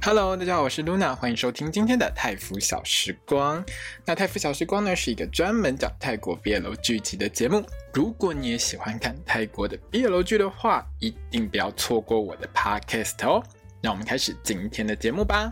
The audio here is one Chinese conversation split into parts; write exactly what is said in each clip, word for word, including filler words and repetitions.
Hello， 大家好，我是 Luna， 欢迎收听今天的泰服小时光。那泰服小时光呢，是一个专门讲泰国 B L 剧集的节目。如果你也喜欢看泰国的 B L 剧的话，一定不要错过我的 Podcast 哦。那我们开始今天的节目吧。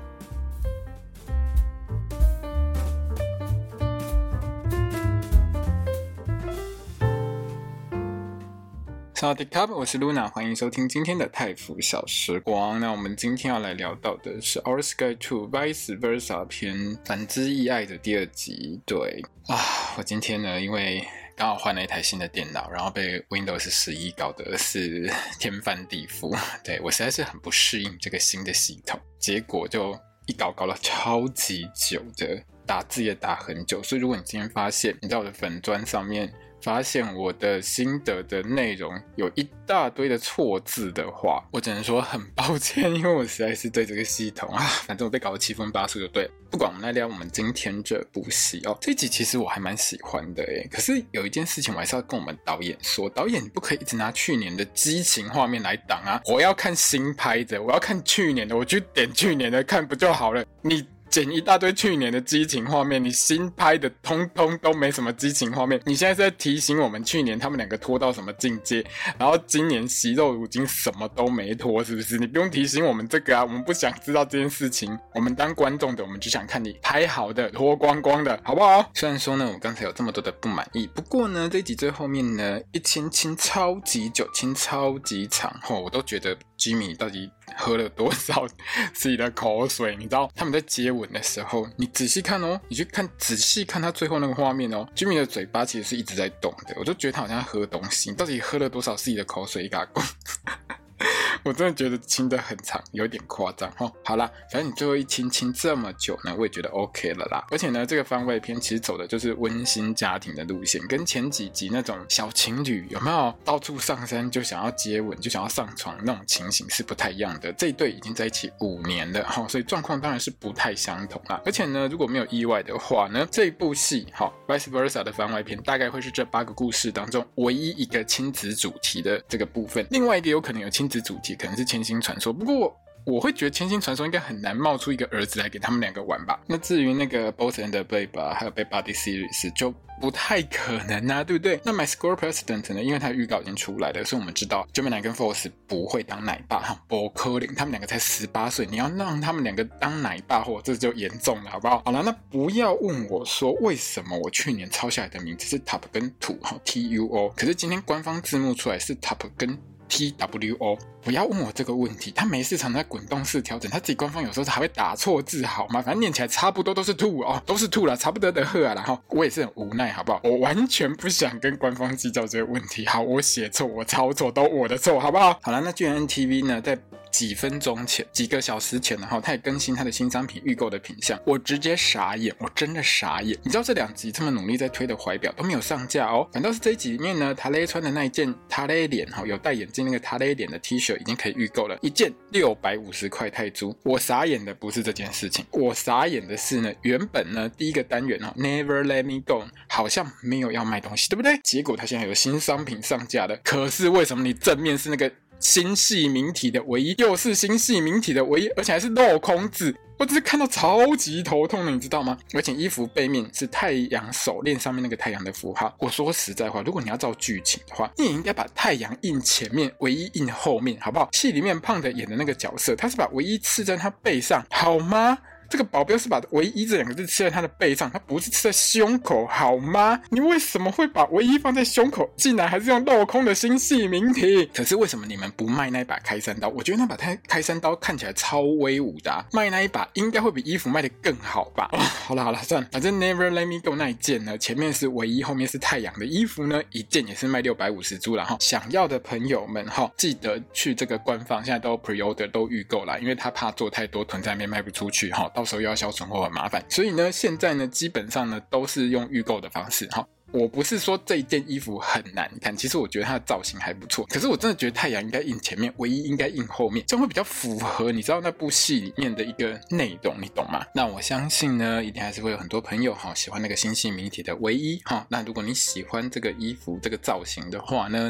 萨瓦迪卡，我是 Luna， 欢迎收听今天的泰服小时光。那我们今天要来聊到的是 Our Sky 二 Vice Versa 篇反之亦爱的第二集。对啊，我今天呢，因为刚好换了一台新的电脑，然后被 Windows 十一搞得是天翻地覆。对，我实在是很不适应这个新的系统，结果就一搞搞了超级久的，打字也打很久。所以如果你今天发现你在我的粉专上面发现我的心得的内容有一大堆的错字的话，我只能说很抱歉，因为我实在是对这个系统啊，反正我被搞得七荤八素就对了。不管，我们来聊我们今天这部戏哦。这一集其实我还蛮喜欢的耶，可是有一件事情我还是要跟我们导演说，导演你不可以一直拿去年的激情画面来挡啊！我要看新拍的，我要看去年的，我就点去年的看不就好了？你剪一大堆去年的激情画面，你新拍的通通都没什么激情画面。你现在是在提醒我们去年他们两个拖到什么境界，然后今年惜肉如金什么都没拖，是不是？你不用提醒我们这个啊，我们不想知道这件事情。我们当观众的，我们只想看你拍好的脱光光的，好不好？虽然说呢，我刚才有这么多的不满意，不过呢，这一集最后面呢，一亲亲超级久，亲超级长后，我都觉得 Jimmy 到底喝了多少自己的口水？你知道他们在接吻的时候，你仔细看哦，你去看仔细看他最后那个画面哦 ，Jimmy 的嘴巴其实是一直在动的，我就觉得他好像在喝东西，你到底喝了多少自己的口水？一嘎咕我真的觉得亲得很长，有点夸张齁。好啦，反正你最后一亲亲这么久呢，我也觉得 OK 了啦。而且呢，这个番外篇其实走的就是温馨家庭的路线，跟前几集那种小情侣有没有到处上山就想要接吻就想要上床那种情形是不太一样的。这一对已经在一起五年了齁，所以状况当然是不太相同啦。而且呢，如果没有意外的话呢，这一部戏齁 Vice Versa 的番外篇大概会是这八个故事当中唯一一个亲子主题的这个部分。另外一个有可能有亲子主题，可能是千星传说，不过我会觉得千星传说应该很难冒出一个儿子来给他们两个玩吧。那至于那个 Boss and the Babe 还有 Babe Buddy Series 就不太可能啊，对不对？那 My School President 呢，因为他的预告已经出来了，所以我们知道 Gemini 跟 Force 不会当奶爸，不可能，他们两个才十八岁，你要让他们两个当奶爸，或这就严重了，好不好？好了，那不要问我说为什么我去年抄下来的名字是 Top 跟 two T U O， 可是今天官方字幕出来是 Top 跟T W O， 不要问我这个问题，他没事常在滚动式调整，他自己官方有时候还会打错字，好吗？反正念起来差不多都是兔哦，都是兔啦，差不多的喝啊，然后我也是很无奈，好不好？我完全不想跟官方计较这个问题，好，我写错，我抄错，都我的错，好不好？好了，那居然 N T V 呢，在几分钟前几个小时前，然后他也更新他的新商品预购的品项，我直接傻眼，我真的傻眼。你知道这两集这么努力在推的怀表都没有上架哦，反倒是这一集里面呢，塔雷穿的那一件塔雷脸有戴眼镜那个塔雷脸的 T 恤已经可以预购了，一件六百五十块泰铢。我傻眼的不是这件事情，我傻眼的是呢，原本呢第一个单元 Never Let Me Go 好像没有要卖东西，对不对？结果他现在有新商品上架了，可是为什么你正面是那个新系名体的唯一，又是新系名体的唯一，而且还是镂空字，我只是看到超级头痛的，你知道吗？而且衣服背面是太阳手链上面那个太阳的符号。我说实在话，如果你要照剧情的话，你也应该把太阳印前面，唯一印后面，好不好？戏里面胖的演的那个角色，他是把唯一刺在他背上，好吗？这个保镖是把唯一这两个字刺在他的背上，他不是刺在胸口，好吗？你为什么会把唯一放在胸口，竟然还是用镂空的新系名体？可是为什么你们不卖那一把开山刀？我觉得那把开山刀看起来超威武的啊，卖那一把应该会比衣服卖得更好吧？哦，好啦好啦，算了，反正 Never Let Me Go 那一件呢，前面是唯一，后面是太阳的衣服呢，一件也是卖六百五十铢啦齁。想要的朋友们齁，记得去这个官方，现在都 pre-order 都预购啦，因为他怕做太多囤在那边卖不出去齁，到时候又要销存货很麻烦，所以呢，现在呢，基本上呢都是用预购的方式齁。我不是说这一件衣服很难看，其实我觉得它的造型还不错，可是我真的觉得太阳应该印前面，唯一应该印后面，这样会比较符合你知道那部戏里面的一个内容，你懂吗？那我相信呢，一定还是会有很多朋友喜欢那个新系名体的唯一。那如果你喜欢这个衣服这个造型的话呢，那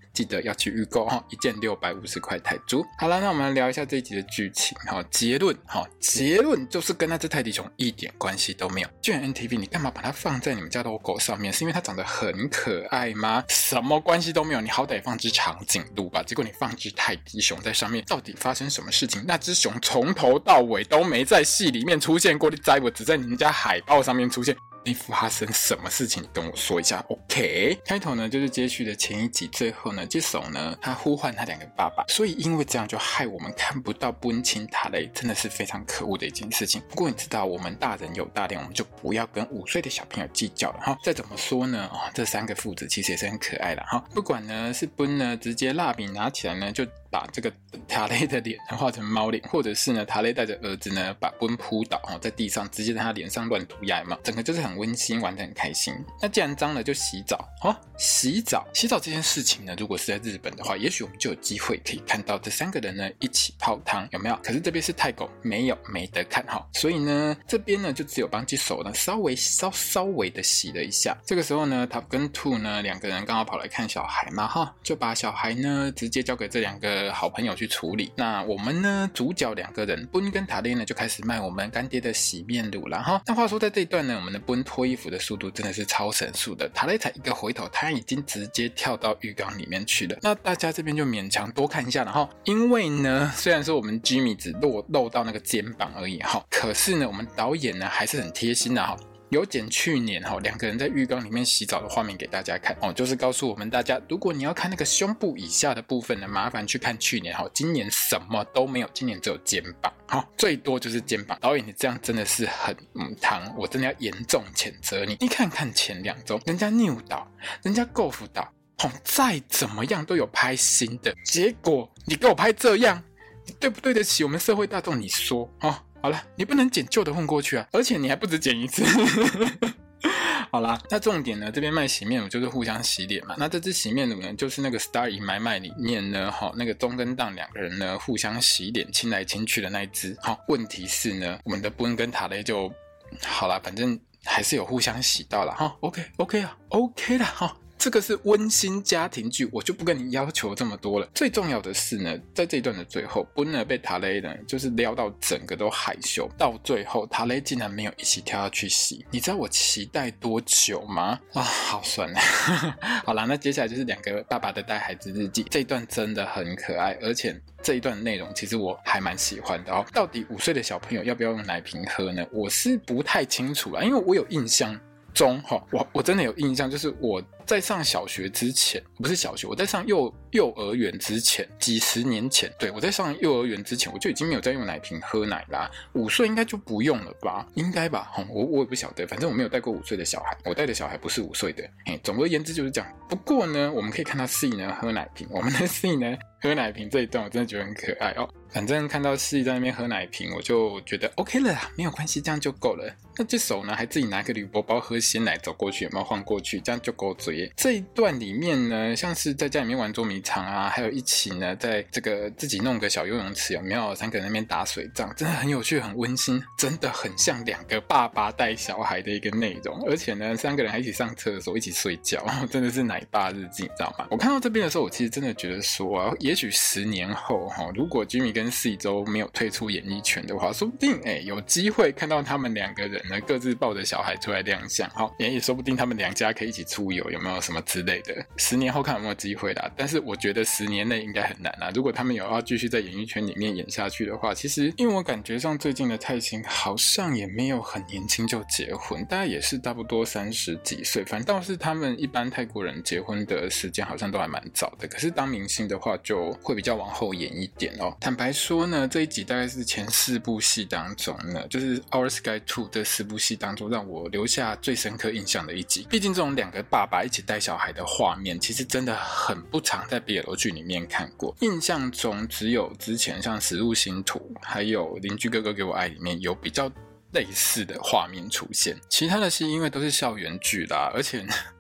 记得要去预购哦，一件六百五十块台铢。好了，那我们来聊一下这一集的剧情哈。结论哈，结论就是跟那只泰迪熊一点关系都没有。居然 N T V 你干嘛把它放在你们家的 logo 上面？是因为它长得很可爱吗？什么关系都没有，你好歹放只长颈鹿吧，结果你放只泰迪熊在上面，到底发生什么事情？那只熊从头到尾都没在戏里面出现过，你知我只在你们家海报上面出现。你发生什么事情？你跟我说一下 ，OK？ 开头呢就是接续的前一集，最后呢这首呢他呼唤他两个爸爸，所以因为这样就害我们看不到温情塔雷，真的是非常可恶的一件事情。不过你知道我们大人有大量，我们就不要跟五岁的小朋友计较了哈。再怎么说呢，哦，这三个父子其实也是很可爱啦哈。不管呢是温呢直接蜡笔拿起来呢就把这个塔雷的脸画成猫脸，或者是呢塔雷带着儿子呢把温扑倒在地上，直接在他脸上乱涂鸦嘛，整个就是很温馨，玩得很开心。那既然脏了就洗澡哦，洗澡洗澡这件事情呢，如果是在日本的话，也许我们就有机会可以看到这三个人呢一起泡汤，有没有？可是这边是泰国，没有没得看哈，所以呢这边呢就只有帮只手呢稍微稍稍微的洗了一下。这个时候呢塔跟兔呢两个人刚好跑来看小孩嘛哈，就把小孩呢直接交给这两个好朋友去处理。那我们呢主角两个人奔跟塔雷呢就开始卖我们干爹的洗面乳了哈。那话说在这一段呢，我们的奔脱衣服的速度真的是超神速的，塔雷才一个回头他已经直接跳到浴缸里面去了。那大家这边就勉强多看一下了哈，因为呢虽然说我们 Jimmy 只露露到那个肩膀而已哈，可是呢我们导演呢还是很贴心的哈，有剪去年齁两个人在浴缸里面洗澡的画面给大家看哦，就是告诉我们大家，如果你要看那个胸部以下的部分呢，麻烦去看去年齁，今年什么都没有，今年只有肩膀齁，最多就是肩膀。导演你这样真的是很母汤，我真的要严重谴责你。你看看前两周人家 New 岛，人家 Golf 岛齁，再怎么样都有拍新的，结果你给我拍这样，你对不对得起我们社会大众？你说齁，好了，你不能捡旧的混过去啊，而且你还不止捡一次。好啦，那重点呢，这边卖洗面乳就是互相洗脸嘛。那这支洗面乳呢，就是那个 Star in My Mind 里面呢，齁，那个中跟当两个人呢互相洗脸亲来亲去的那一支。好，问题是呢，我们的布恩跟塔雷就好啦，反正还是有互相洗到啦。齁 OK OK 啊 OK 啦齁。这个是温馨家庭剧，我就不跟你要求这么多了。最重要的是呢，在这一段的最后，温呢被塔雷呢就是撩到整个都害羞，到最后塔雷竟然没有一起跳下去洗，你知道我期待多久吗？啊，好酸啊！好啦，那接下来就是两个爸爸的带孩子日记，这一段真的很可爱，而且这一段内容其实我还蛮喜欢的哦。到底五岁的小朋友要不要用奶瓶喝呢？我是不太清楚啦，因为我有印象中我我真的有印象，就是我在上小学之前，不是小学，我在上幼幼儿园之前，几十年前，对，我在上幼儿园之前，我就已经没有在用奶瓶喝奶啦。五岁应该就不用了吧？应该吧？我我也不晓得，反正我没有带过五岁的小孩，我带的小孩不是五岁的。嘿，总而言之就是这样。不过呢，我们可以看到 C 呢喝奶瓶，我们的 C 呢喝奶瓶这一段，我真的觉得很可爱哦。反正看到 C 在那边喝奶瓶，我就觉得 OK 了啦，没有关系，这样就够了。那这手呢，还自己拿个铝箔包喝鲜奶走过去，有没有晃过去？这样就够嘴。这一段里面呢，像是在家里面玩捉迷藏啊，还有一起呢，在这个自己弄个小游泳池，有没有？三个人在那边打水仗，真的很有趣，很温馨，真的很像两个爸爸带小孩的一个内容。而且呢，三个人还一起上厕所，一起睡觉，真的是奶爸日记，你知道吗？我看到这边的时候，我其实真的觉得说啊，也许十年后如果 Jimmy 跟 C 周没有退出演艺圈的话，说不定哎、欸、有机会看到他们两个人呢各自抱着小孩出来亮相，好，也说不定他们两家可以一起出游，有没有什么之类的？十年后看有没有机会啦。但是我觉得十年内应该很难啦。如果他们有要继续在演艺圈里面演下去的话，其实因为我感觉上最近的泰星好像也没有很年轻就结婚，大概也是差不多三十几岁。反倒是他们一般泰国人结婚的时间好像都还蛮早的，可是当明星的话就会比较往后延一点哦。坦白说呢，这一集大概是前四部戏当中呢，就是 Our Sky 二这四部戏当中让我留下最深刻印象的一集。毕竟这种两个爸爸一起带小孩的画面其实真的很不常在 B L 剧里面看过，印象中只有之前像《死入星途》还有《邻居哥哥给我爱》里面有比较类似的画面出现，其他的戏因为都是校园剧啦，而且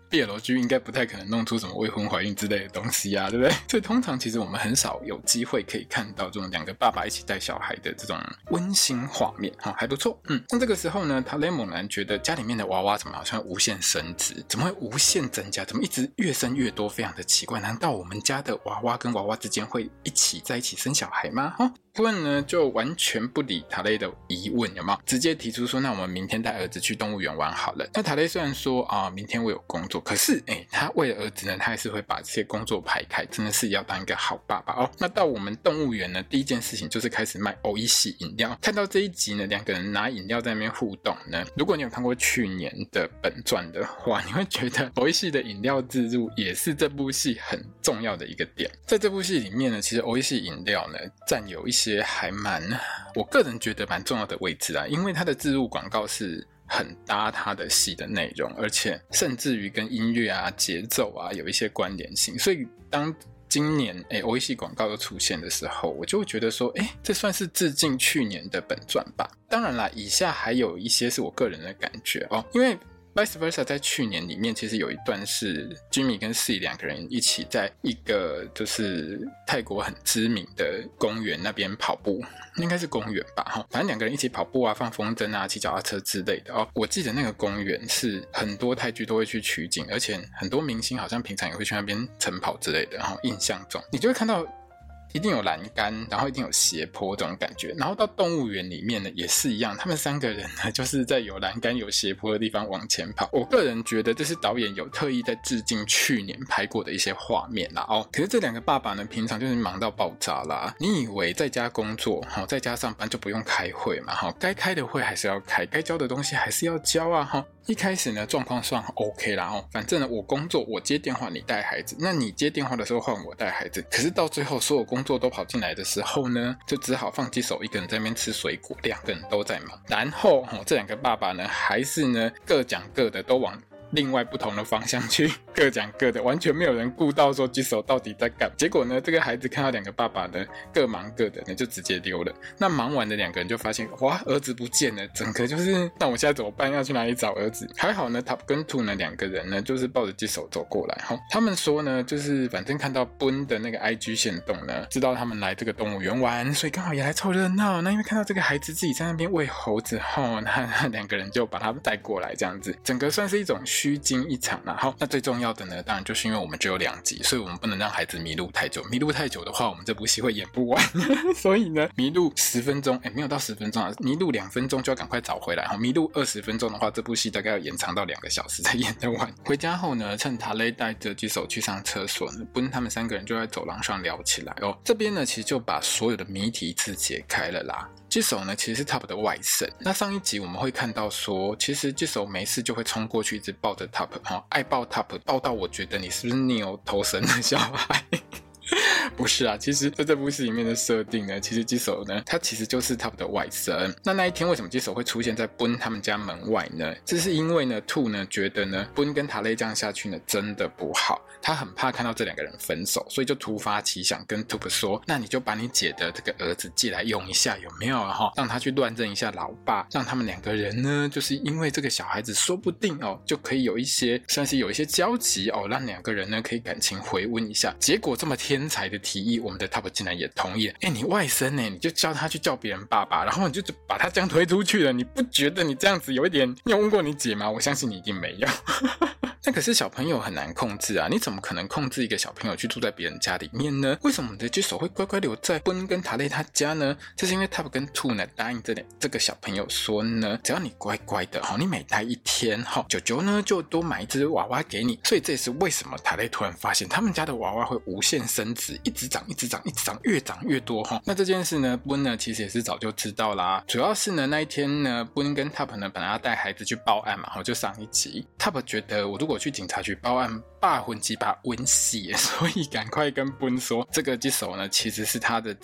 B L G 应该不太可能弄出什么未婚怀孕之类的东西啊，对不对？所以通常其实我们很少有机会可以看到这种两个爸爸一起带小孩的这种温馨画面，好，还不错。嗯，那这个时候呢，塔雷猛然觉得家里面的娃娃怎么好像无限升值，怎么会无限增加，怎么一直越生越多，非常的奇怪。难道我们家的娃娃跟娃娃之间会一起在一起生小孩吗？哦，问呢就完全不理塔雷的疑问，有没有？直接提出说，那我们明天带儿子去动物园玩好了。那塔雷虽然说啊，明天我有工作，可是哎，他为了儿子呢，他还是会把这些工作排开，真的是要当一个好爸爸哦。那到我们动物园呢，第一件事情就是开始卖欧一系饮料。看到这一集呢，两个人拿饮料在那边互动呢，如果你有看过去年的本传的话，你会觉得欧一系的饮料置入也是这部戏很重要的一个点。在这部戏里面呢，其实欧一系饮料呢占有一些还蛮，我个人觉得蛮重要的位置啦，因为它的置入广告是很搭它的戏的内容，而且甚至于跟音乐啊、节奏啊有一些关联性，所以当今年诶欧一系广告都出现的时候，我就会觉得说，诶这算是致敬去年的本传吧。当然啦，以下还有一些是我个人的感觉哦，因为Vice Versa 在去年里面其实有一段是 Jimmy 跟 C 两个人一起在一个就是泰国很知名的公园那边跑步，应该是公园吧，反正两个人一起跑步啊，放风筝啊，骑脚踏车之类的哦。我记得那个公园是很多泰剧都会去取景，而且很多明星好像平常也会去那边晨跑之类的，然后印象中你就会看到一定有栏杆，然后一定有斜坡这种感觉。然后到动物园里面呢也是一样，他们三个人呢就是在有栏杆有斜坡的地方往前跑。我个人觉得这是导演有特意在致敬去年拍过的一些画面啦哦。可是这两个爸爸呢平常就是忙到爆炸啦，你以为在家工作在家上班就不用开会嘛，该开的会还是要开，该交的东西还是要交啊。一开始呢状况算 OK 啦哦，反正呢我工作我接电话你带孩子，那你接电话的时候换我带孩子。可是到最后所有工作都跑进来的时候呢，就只好放鸡手一个人在那边吃水果，两个人都在忙。然后、哦、这两个爸爸呢还是呢各讲各的，都往另外不同的方向去各讲各的，完全没有人顾到说鸡手到底在干。结果呢这个孩子看到两个爸爸呢各忙各的呢就直接溜了。那忙完的两个人就发现哇儿子不见了，整个就是那我现在怎么办，要去哪里找儿子。还好呢 Top 跟 Two 呢两个人呢就是抱着鸡手走过来、哦、他们说呢就是反正看到 Boon 的那个 I G 限动呢，知道他们来这个动物园玩，所以刚好也来凑热闹。那因为看到这个孩子自己在那边喂猴子后，那两个人就把他带过来，这样子整个算是一种虚惊一场啦。好，那最重要的呢当然就是因为我们只有两集，所以我们不能让孩子迷路太久，迷路太久的话我们这部戏会演不完所以呢迷路十分钟，诶没有到十分钟啊，迷路两分钟就要赶快找回来，迷路二十分钟的话这部戏大概要延长到两个小时才演得完。回家后呢，趁塔雷带着鸡手去上厕所呢，不他们三个人就在走廊上聊起来哦。这边呢其实就把所有的谜题一次解开了啦。鸡手呢其实是 Top 的外甥，那上一集我们会看到说其实鸡手没事就会冲过去一直抱着 Top、哦、爱抱 Top 抱到我觉得你是不是Neo投生的小孩不是啊，其实在这部戏里面的设定呢，其实鸡手呢他其实就是 Top 的外甥。那那一天为什么鸡手会出现在 Boon 他们家门外呢？这是因为呢 Two 呢觉得呢 Boon 跟塔雷这样下去呢真的不好，他很怕看到这两个人分手，所以就突发奇想跟 Top 说，那你就把你姐的这个儿子借来用一下有没有啊？让他去乱认一下老爸，让他们两个人呢就是因为这个小孩子说不定哦就可以有一些算是有一些交集哦，让两个人呢可以感情回温一下。结果这么天才的提议我们的 Top 竟然也同意了。诶你外甥呢，你就叫他去叫别人爸爸，然后你就把他这样推出去了，你不觉得你这样子有一点，你有问过你姐吗？我相信你一定没有那可是小朋友很难控制啊，你怎么可能控制一个小朋友去住在别人家里面呢？为什么我们的鸡手会乖乖留在 Boon 跟塔雷他家呢？这是因为 Top 跟 Two 呢答应这两这个小朋友说呢，只要你乖乖的你每待一天九九呢就多买一只娃娃给你。所以这也是为什么塔雷突然发现他们家的娃娃会无限升值，一直长一直长一直长，越长越多。那这件事呢 Boon 呢其实也是早就知道啦，主要是呢那一天呢 Boon 跟 Top 呢本来要带孩子去报案嘛，就上一集 Top 觉得我如果去警察局报案爸混鸡巴温戏，所以赶快跟 Boon 说这个鸡手呢其实是他的侄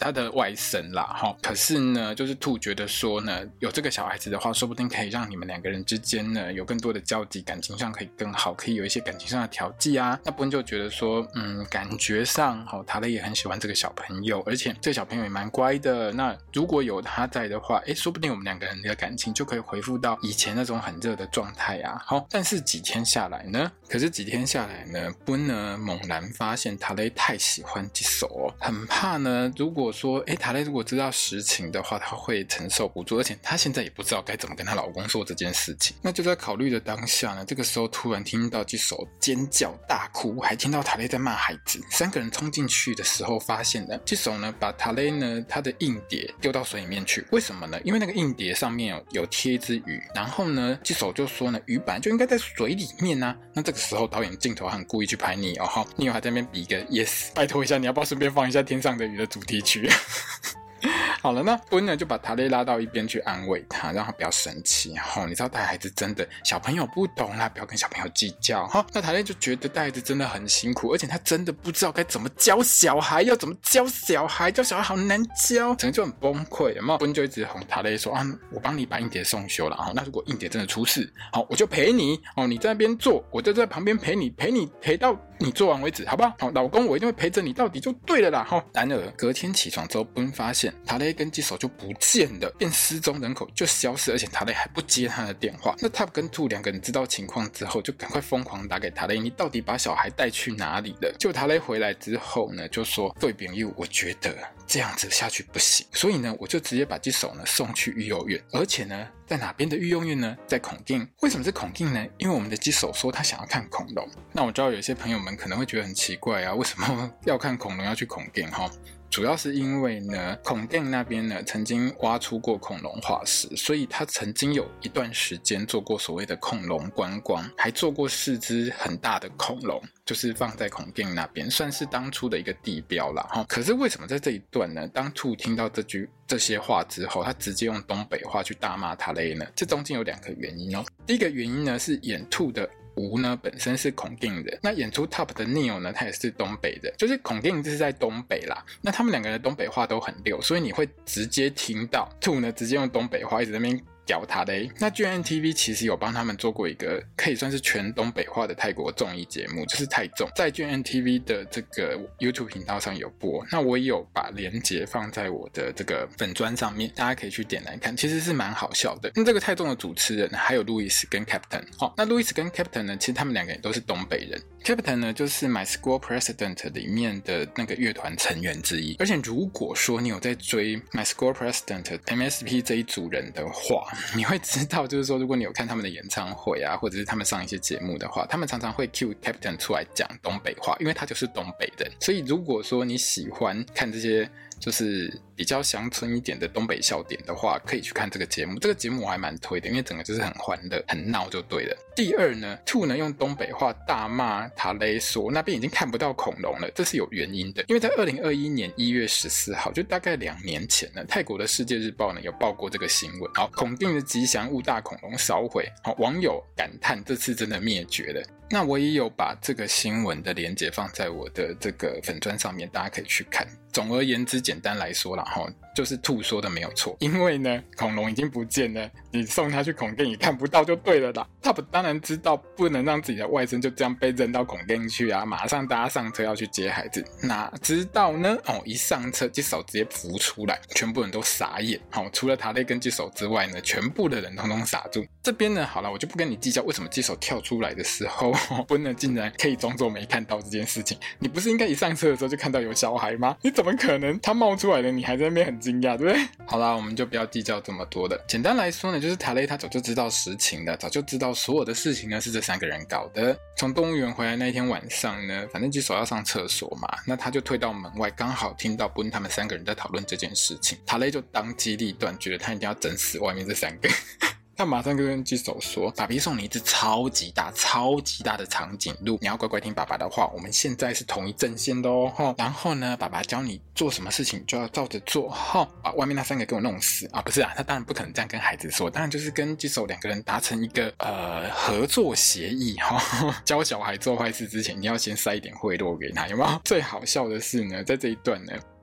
他的外甥啦齁。可是呢就是兔觉得说呢，有这个小孩子的话，说不定可以让你们两个人之间呢有更多的交集，感情上可以更好，可以有一些感情上的调剂啊。那波恩就觉得说嗯，感觉上齁塔雷也很喜欢这个小朋友，而且这个小朋友也蛮乖的，那如果有他在的话，诶，说不定我们两个人的感情就可以恢复到以前那种很热的状态啊。好，但是几天下来呢，可是几天下来呢，波恩呢猛然发现塔雷太喜欢吉手哦，很怕呢如果说诶塔雷如果知道实情的话，他会承受不住，而且他现在也不知道该怎么跟她老公说这件事情。那就在考虑的当下呢，这个时候突然听到吉手尖叫大哭，还听到塔雷在骂孩子。三个人冲进去的时候发现呢，吉手呢把塔雷呢他的硬碟丢到水里面去。为什么呢？因为那个硬碟上面 有, 有贴一只鱼，然后呢吉手就说呢，鱼本来就应该在水里面啊。那这个时候导演镜头很故意去拍你哦，好，你有还在那边比一个 yes， 拜托一下，你要不要顺便放一下天上的鱼的主题曲？好了，那波恩呢就把塔雷拉到一边去安慰他，让他不要生气。哦，你知道带孩子真的小朋友不懂啦，不要跟小朋友计较。哦，那塔雷就觉得带孩子真的很辛苦，而且他真的不知道该怎么教小孩，要怎么教小孩，教小孩好难教，整个就很崩溃。有没有？波恩就一直哄塔雷说啊，我帮你把硬碟送修了。哦，那如果硬碟真的出事，好，我就陪你。哦，你在那边做，我就在旁边陪你，陪你陪到你做完为止，好不好？好，老公我一定会陪着你到底就对了啦。哦，然而隔天起床之后，波恩发现塔雷跟吉手就不见了，变失踪人口，就消失，而且塔雷还不接他的电话。那他跟兔两个人知道情况之后，就赶快疯狂打给塔雷，你到底把小孩带去哪里了？就塔雷回来之后呢，就说对朋友，我觉得这样子下去不行，所以呢，我就直接把吉手呢送去育幼院，而且呢，在哪边的育幼院呢？在孔径。为什么是孔径呢？因为我们的吉手说他想要看恐龙。那我知道有些朋友们可能会觉得很奇怪啊，为什么要看恐龙要去孔径哈？主要是因为呢，孔径那边呢曾经挖出过恐龙化石，所以他曾经有一段时间做过所谓的恐龙观光，还做过四只很大的恐龙，就是放在孔径那边，算是当初的一个地标啦。可是为什么在这一段呢？当兔听到这句这些话之后，他直接用东北话去大骂塔雷呢？这中间有两个原因哦。第一个原因呢是演兔的吴呢本身是孔径人，那演出 Top 的 Neil 呢，他也是东北的，就是孔径是在东北啦。那他们两个人的东北话都很溜，所以你会直接听到兔呢直接用东北话一直在那边屌塔雷。那 G N T V 其实有帮他们做过一个可以算是全东北话的泰国综艺节目，就是泰综，在 G N T V 的这个 YouTube 频道上有播，那我也有把连结放在我的这个粉专上面，大家可以去点来看，其实是蛮好笑的。那这个泰综的主持人还有路易斯跟 Captain、哦、那路易斯跟 Captain 呢，其实他们两个人都是东北人。Captain 呢就是 My School President 里面的那个乐团成员之一，而且如果说你有在追 My School President M S P 这一组人的话，你会知道就是说如果你有看他们的演唱会啊，或者是他们上一些节目的话，他们常常会 cue Captain 出来讲东北话，因为他就是东北人。所以如果说你喜欢看这些就是比较乡村一点的东北笑点的话，可以去看这个节目。这个节目我还蛮推的，因为整个就是很欢乐很闹就对了。第二呢，兔呢用东北话大骂塔雷说那边已经看不到恐龙了，这是有原因的。因为在二零二一年一月十四号，就大概两年前呢，泰国的世界日报呢有报过这个新闻。好，孔径的吉祥物大恐龙烧毁，好，网友感叹这次真的灭绝了。那我也有把这个新闻的连结放在我的这个粉专上面，大家可以去看。总而言之，简单来说啦，就是兔说的没有错，因为呢恐龙已经不见了，你送他去孔径也看不到就对了啦。他当然知道不能让自己的外甥就这样被扔到孔径去啊，马上大家上车要去接孩子，哪知道呢哦，一上车吉手直接浮出来，全部人都傻眼、哦、除了塔雷跟吉手之外呢，全部的人通通傻住。这边呢好了，我就不跟你计较为什么吉手跳出来的时候不能竟然可以装作没看到这件事情。你不是应该一上车的时候就看到有小孩吗？你怎么可能他冒出来了你还在那边很惊讶，对不对？好啦，我们就不要计较这么多了。简单来说呢，就是塔雷他早就知道实情了，早就知道所有的事情呢是这三个人搞的。从动物园回来那一天晚上呢，反正吉手要上厕所嘛，那他就退到门外，刚好听到布恩他们三个人在讨论这件事情。塔雷就当机立断，觉得他一定要整死外面这三个他马上就跟吉手说，爸比送你一只超级大超级大的长颈鹿，你要乖乖听爸爸的话，我们现在是同一阵线的哦。然后呢爸爸教你做什么事情就要照着做，把外面那三个给我弄死啊！不是啊，他当然不可能这样跟孩子说，当然就是跟吉手两个人达成一个呃合作协议教小孩做坏事之前你要先塞一点贿赂给他，有没有？最好笑的是呢，在这一段呢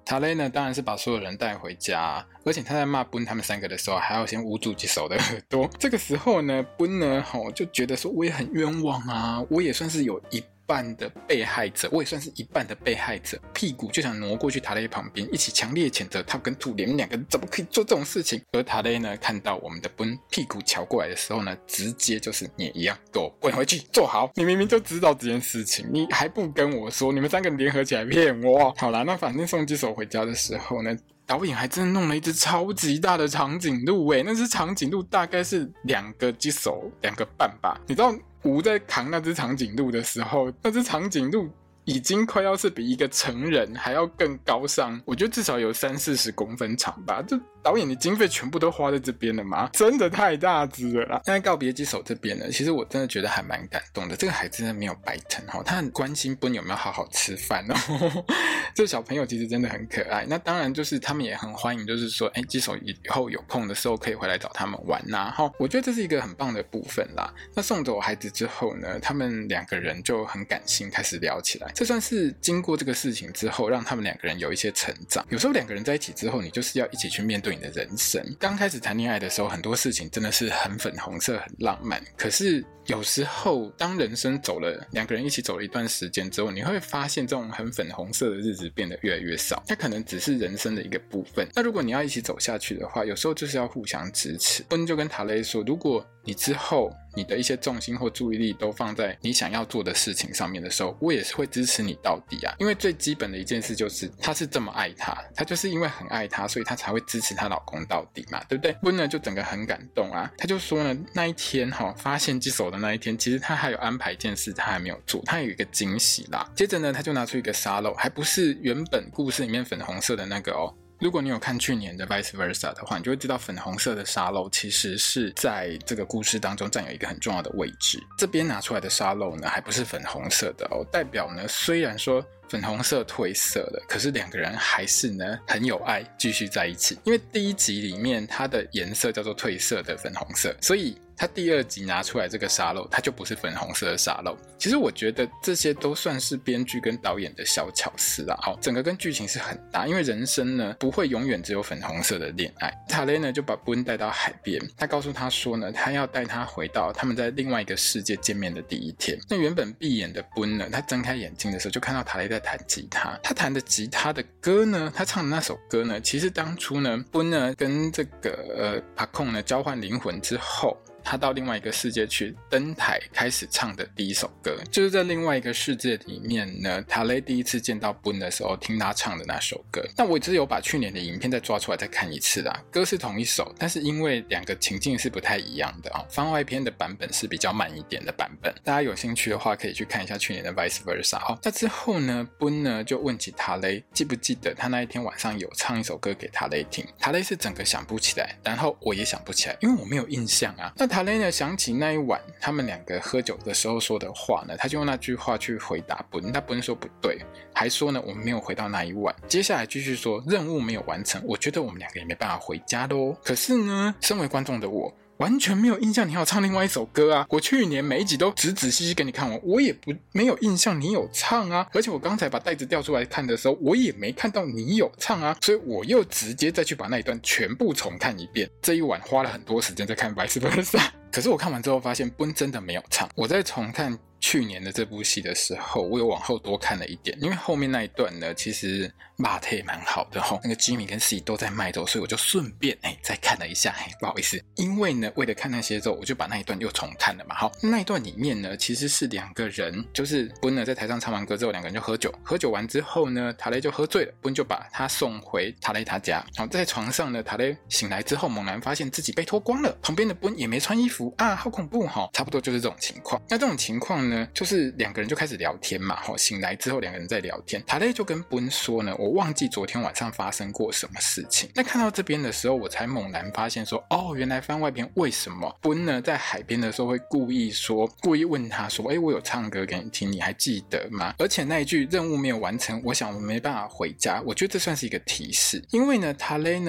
塔雷呢当然是把所有人带回家，而且他在骂奔他们三个的时候还要先捂住吉手的耳朵。这个时候呢奔呢、哦、就觉得说我也很冤枉啊，我也算是有一半的被害者，我也算是一半的被害者，屁股就想挪过去塔雷旁边，一起强烈谴责他跟兔你们两个人怎么可以做这种事情。而塔雷呢看到我们的奔屁股瞧过来的时候呢，直接就是你也一样给我滚回去坐好，你明明就知道这件事情，你还不跟我说，你们三个人联合起来骗我。好啦，那反正送吉手回家的时候呢，导演还真的弄了一只超级大的长颈鹿诶，那只长颈鹿大概是两个吉手两个半吧。你知道吴在扛那只长颈鹿的时候，那只长颈鹿已经快要是比一个成人还要更高上，我觉得至少有三四十公分长吧。就导演你经费全部都花在这边了吗？真的太大只了啦。在告别吉手这边呢，其实我真的觉得还蛮感动的，这个孩子真的没有白疼，他很关心奔有没有好好吃饭哦。这小朋友其实真的很可爱。那当然就是他们也很欢迎，就是说哎，吉手以后有空的时候可以回来找他们玩啊。我觉得这是一个很棒的部分啦。那送走孩子之后呢，他们两个人就很感性开始聊起来，这算是经过这个事情之后让他们两个人有一些成长。有时候两个人在一起之后，你就是要一起去面对你的人生。刚开始谈恋爱的时候，很多事情真的是很粉红色很浪漫，可是有时候当人生走了，两个人一起走了一段时间之后，你会发现这种很粉红色的日子变得越来越少，它可能只是人生的一个部分。那如果你要一起走下去的话，有时候就是要互相支持。奔就跟塔雷说，如果你之后你的一些重心或注意力都放在你想要做的事情上面的时候，我也是会支持你到底啊。因为最基本的一件事就是她是这么爱他，她就是因为很爱他，所以她才会支持她老公到底嘛，对不对？奔呢就整个很感动啊，他就说呢，那一天、哦、发现吉手的那一天，其实他还有安排一件事他还没有做，他有一个惊喜啦。接着呢他就拿出一个沙漏，还不是原本故事里面粉红色的那个哦。如果你有看去年的 Vice Versa 的话，你就会知道粉红色的沙漏其实是在这个故事当中占有一个很重要的位置。这边拿出来的沙漏呢还不是粉红色的哦，代表呢虽然说粉红色褪色了，可是两个人还是呢很有爱继续在一起。因为第一集里面它的颜色叫做褪色的粉红色，所以他第二集拿出来这个沙漏，它就不是粉红色的沙漏。其实我觉得这些都算是编剧跟导演的小巧思啦。哦，整个跟剧情是很大，因为人生呢不会永远只有粉红色的恋爱。塔雷呢就把奔带到海边，他告诉他说呢，他要带他回到他们在另外一个世界见面的第一天。那原本闭眼的奔呢，他睁开眼睛的时候就看到塔雷在弹吉他，他弹的吉他的歌呢，他唱的那首歌呢，其实当初呢奔呢跟这个呃帕控呢交换灵魂之后，他到另外一个世界去登台开始唱的第一首歌，就是在另外一个世界里面呢，塔雷第一次见到奔的时候听他唱的那首歌。那我只有把去年的影片再抓出来再看一次啦，歌是同一首，但是因为两个情境是不太一样的、哦、番外篇的版本是比较慢一点的版本，大家有兴趣的话可以去看一下去年的 Vice Versa、哦、那之后呢，奔呢就问起塔雷记不记得他那一天晚上有唱一首歌给塔雷听。塔雷是整个想不起来，然后我也想不起来，因为我没有印象啊。那塔雷呢想起那一晚他们两个喝酒的时候说的话呢，他就用那句话去回答奔，但奔说不对，还说呢我们没有回到那一晚。接下来继续说任务没有完成，我觉得我们两个也没办法回家咯。可是呢身为观众的我完全没有印象你要唱另外一首歌啊！我去年每一集都仔仔细细给你看完，我也不没有印象你有唱啊！而且我刚才把袋子调出来看的时候，我也没看到你有唱啊！所以我又直接再去把那一段全部重看一遍。这一晚花了很多时间在看 Vice Versa， 可是我看完之后发现奔真的没有唱。我在重看去年的这部戏的时候，我有往后多看了一点，因为后面那一段呢其实骂得也蛮好的、哦、那个 Jimmy 跟 C 都在卖肉，所以我就顺便、欸、再看了一下、欸、不好意思，因为呢为了看那些肉，我就把那一段又重看了嘛。好，那一段里面呢其实是两个人，就是奔呢在台上唱完歌之后，两个人就喝酒，喝酒完之后呢塔雷就喝醉了，奔就把他送回塔雷他家。好，在床上呢塔雷醒来之后猛然发现自己被脱光了，旁边的奔也没穿衣服啊，好恐怖、哦、差不多就是这种情况。那这种情况呢就是两个人就开始聊天嘛，醒来之后两个人在聊天，塔雷就跟奔说呢，我忘记昨天晚上发生过什么事情。那看到这边的时候，我才猛然发现说，哦，原来番外篇为什么奔呢在海边的时候会故意说，故意问他说，诶，我有唱歌给你听，你还记得吗？而且那一句任务没有完成，我想我没办法回家，我觉得这算是一个提示。因为呢塔雷呢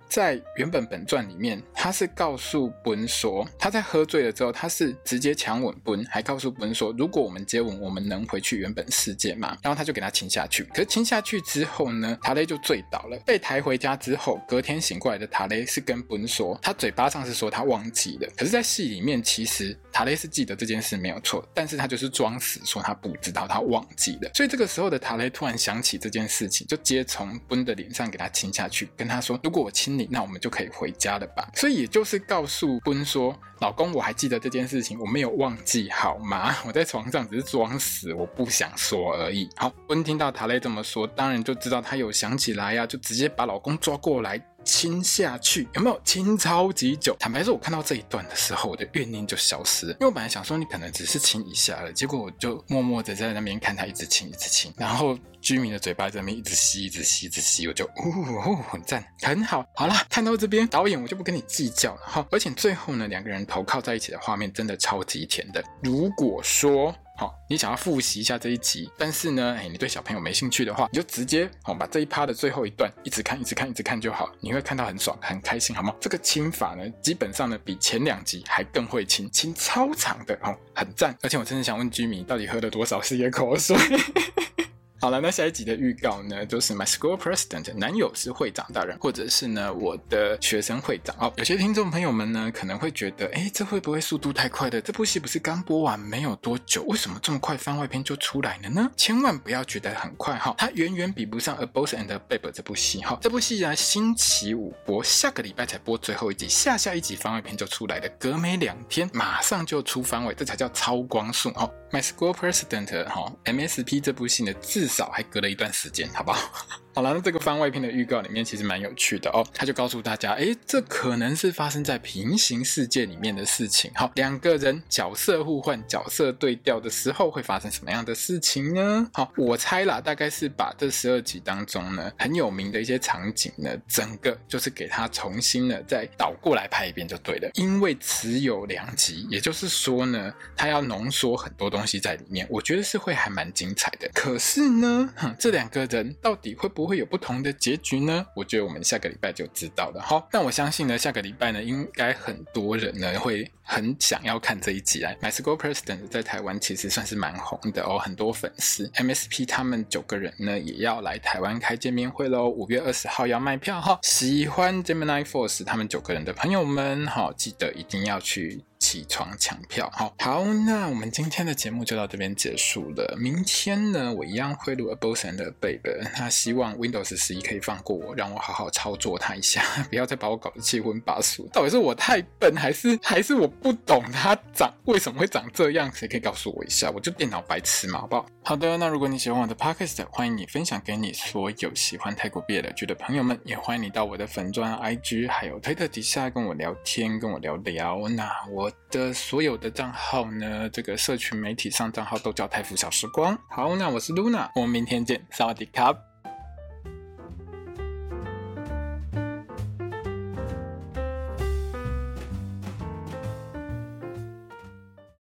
在原本本传里面，他是告诉本说，他在喝醉了之后，他是直接强吻本，还告诉本说，如果我们接吻，我们能回去原本世界吗？然后他就给他亲下去。可是亲下去之后呢，塔雷就醉倒了，被抬回家之后，隔天醒过来的塔雷是跟本说，他嘴巴上是说他忘记了，可是在戏里面其实塔雷是记得这件事没有错，但是他就是装死说他不知道，他忘记了。所以这个时候的塔雷突然想起这件事情，就直接从本的脸上给他亲下去，跟他说，如果我亲你，那我们就可以回家了吧。所以也就是告诉本说，老公我还记得这件事情，我没有忘记好吗？我在床上只是装死，我不想说而已。好，本听到塔雷这么说，当然就知道他有想起来呀、啊，就直接把老公抓过来亲下去，有没有亲超级久？坦白说，我看到这一段的时候，我的怨念就消失了，因为我本来想说你可能只是亲一下了，结果我就默默的在那边看他一直亲一直亲，然后居民的嘴巴在那边一直吸一直吸一直吸，我就哦哦很赞很好。好啦，看到这边导演我就不跟你计较了哈。而且最后呢，两个人头靠在一起的画面真的超级甜的。如果说好，你想要复习一下这一集，但是呢，哎，你对小朋友没兴趣的话，你就直接好把这一趴的最后一段一直看，一直看，一直看就好，你会看到很爽，很开心，好吗？这个亲法呢，基本上呢比前两集还更会亲，亲超长的，哦，很赞。而且我真的想问居民，到底喝了多少是口水？好了，那下一集的预告呢，就是 My School President 男友是会长大人，或者是呢我的学生会长。哦，有些听众朋友们呢可能会觉得，诶，这会不会速度太快了？这部戏不是刚播完没有多久，为什么这么快番外篇就出来了呢？千万不要觉得很快哈，它远远比不上 A Boss and a Babe 这部戏哈。这部戏呢星期五播，下个礼拜才播最后一集，下下一集番外篇就出来了，隔没两天马上就出番外，这才叫超光速哈。My School President 哈 M S P 这部戏呢至少还隔了一段时间，好不好？好了，那这个番外篇的预告里面其实蛮有趣的哦，他就告诉大家，诶，这可能是发生在平行世界里面的事情。好，两个人角色互换、角色对调的时候会发生什么样的事情呢？好，我猜啦，大概是把这十二集当中呢很有名的一些场景呢，整个就是给他重新呢再倒过来拍一遍就对了。因为只有两集，也就是说呢，他要浓缩很多东西在里面，我觉得是会还蛮精彩的。可是呢，这两个人到底会不会有不同的结局呢？我觉得我们下个礼拜就知道了。好，但我相信呢，下个礼拜呢，应该很多人呢会很想要看这一集来。My School President 在台湾其实算是蛮红的哦，很多粉丝。M S P 他们九个人呢也要来台湾开见面会咯，五月二十号要卖票哈。喜欢 Gemini Force 他们九个人的朋友们哈，记得一定要去起床抢票。好，好，那我们今天的节目就到这边结束了。明天呢，我一样会录 A Boss and a Babe。那希望 Windows 十一可以放过我，让我好好操作它一下，不要再把我搞得七荤八素。到底是我太笨，还是还是我不懂它长为什么会长这样？谁可以告诉我一下？我就电脑白痴嘛，好不好？好的，那如果你喜欢我的 Podcast， 欢迎你分享给你所有喜欢泰国 B L 剧的朋友们，也欢迎你到我的粉专 I G 还有推特底下跟我聊天，跟我聊聊。那我的所有的账号呢，这个社群媒体上账号都叫泰服小时光。好，那我是 Luna， 我们明天见，萨瓦迪卡。